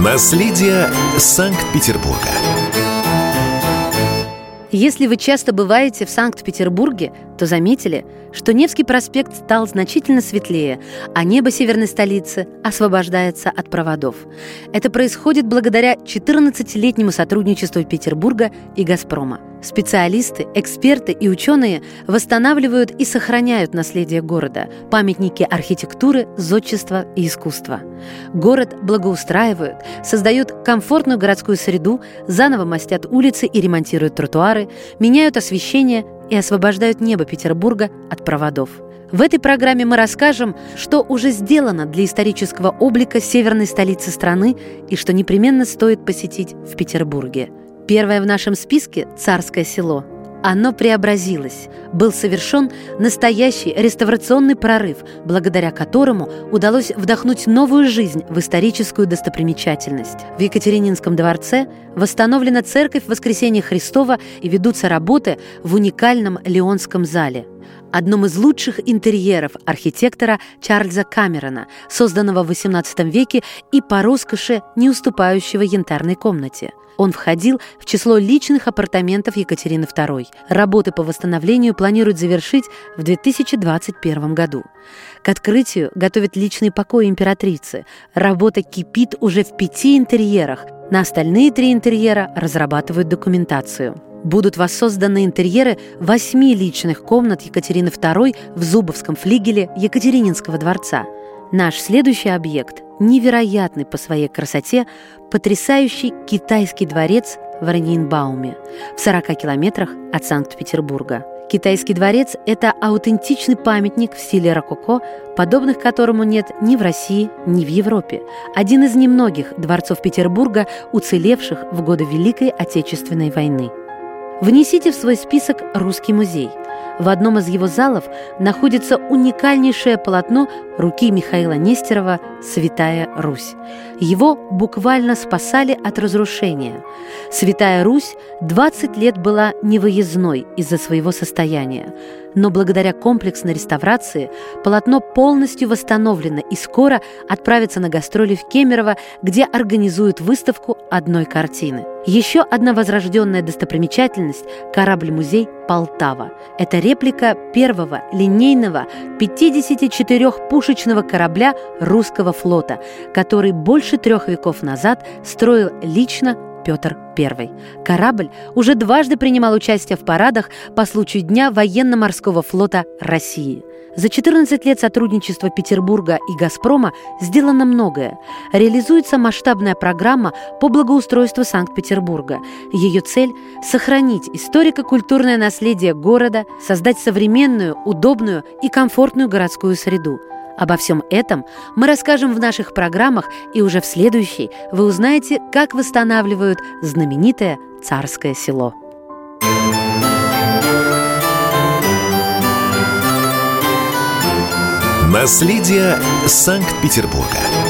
Наследие Санкт-Петербурга. Если вы часто бываете в Санкт-Петербурге, то заметили, что Невский проспект стал значительно светлее, а небо северной столицы освобождается от проводов. Это происходит благодаря 14-летнему сотрудничеству Петербурга и «Газпрома». Специалисты, эксперты и ученые восстанавливают и сохраняют наследие города, памятники архитектуры, зодчества и искусства. Город благоустраивают, создают комфортную городскую среду, заново мастят улицы и ремонтируют тротуары, меняют освещение и освобождают небо Петербурга от проводов. В этой программе мы расскажем, что уже сделано для исторического облика северной столицы страны и что непременно стоит посетить в Петербурге. Первое в нашем списке – Царское село. Оно преобразилось. Был совершен настоящий реставрационный прорыв, благодаря которому удалось вдохнуть новую жизнь в историческую достопримечательность. В Екатерининском дворце восстановлена церковь Воскресения Христова и ведутся работы в уникальном Леонском зале, одном из лучших интерьеров архитектора Чарльза Камерона, созданного в XVIII веке и по роскоши не уступающего Янтарной комнате. Он входил в число личных апартаментов Екатерины II. Работы по восстановлению планируют завершить в 2021 году. К открытию готовят личный покой императрицы. Работа кипит уже в 5 интерьерах. На остальные 3 интерьера разрабатывают документацию. Будут воссозданы интерьеры 8 личных комнат Екатерины II в Зубовском флигеле Екатерининского дворца. Наш следующий объект – невероятный по своей красоте, потрясающий китайский дворец в Ораниенбауме, в 40 километрах от Санкт-Петербурга. Китайский дворец – это аутентичный памятник в стиле рококо, подобных которому нет ни в России, ни в Европе. Один из немногих дворцов Петербурга, уцелевших в годы Великой Отечественной войны. Внесите в свой список Русский музей. В одном из его залов находится уникальнейшее полотно руки Михаила Нестерова «Святая Русь». Его буквально спасали от разрушения. «Святая Русь» 20 лет была невыездной из-за своего состояния. Но благодаря комплексной реставрации полотно полностью восстановлено и скоро отправится на гастроли в Кемерово, где организуют выставку одной картины. Еще одна возрожденная достопримечательность – корабль-музей «Полтава». Это реплика первого линейного 54-пушечного корабля русского флота, который больше 3 веков назад строил лично Петр I. Корабль уже дважды принимал участие в парадах по случаю Дня военно-морского флота России. За 14 лет сотрудничества Петербурга и «Газпрома» сделано многое. Реализуется масштабная программа по благоустройству Санкт-Петербурга. Ее цель – сохранить историко-культурное наследие города, создать современную, удобную и комфортную городскую среду. Обо всем этом мы расскажем в наших программах, и уже в следующей вы узнаете, как восстанавливают знаменитое Царское село. Наследие Санкт-Петербурга.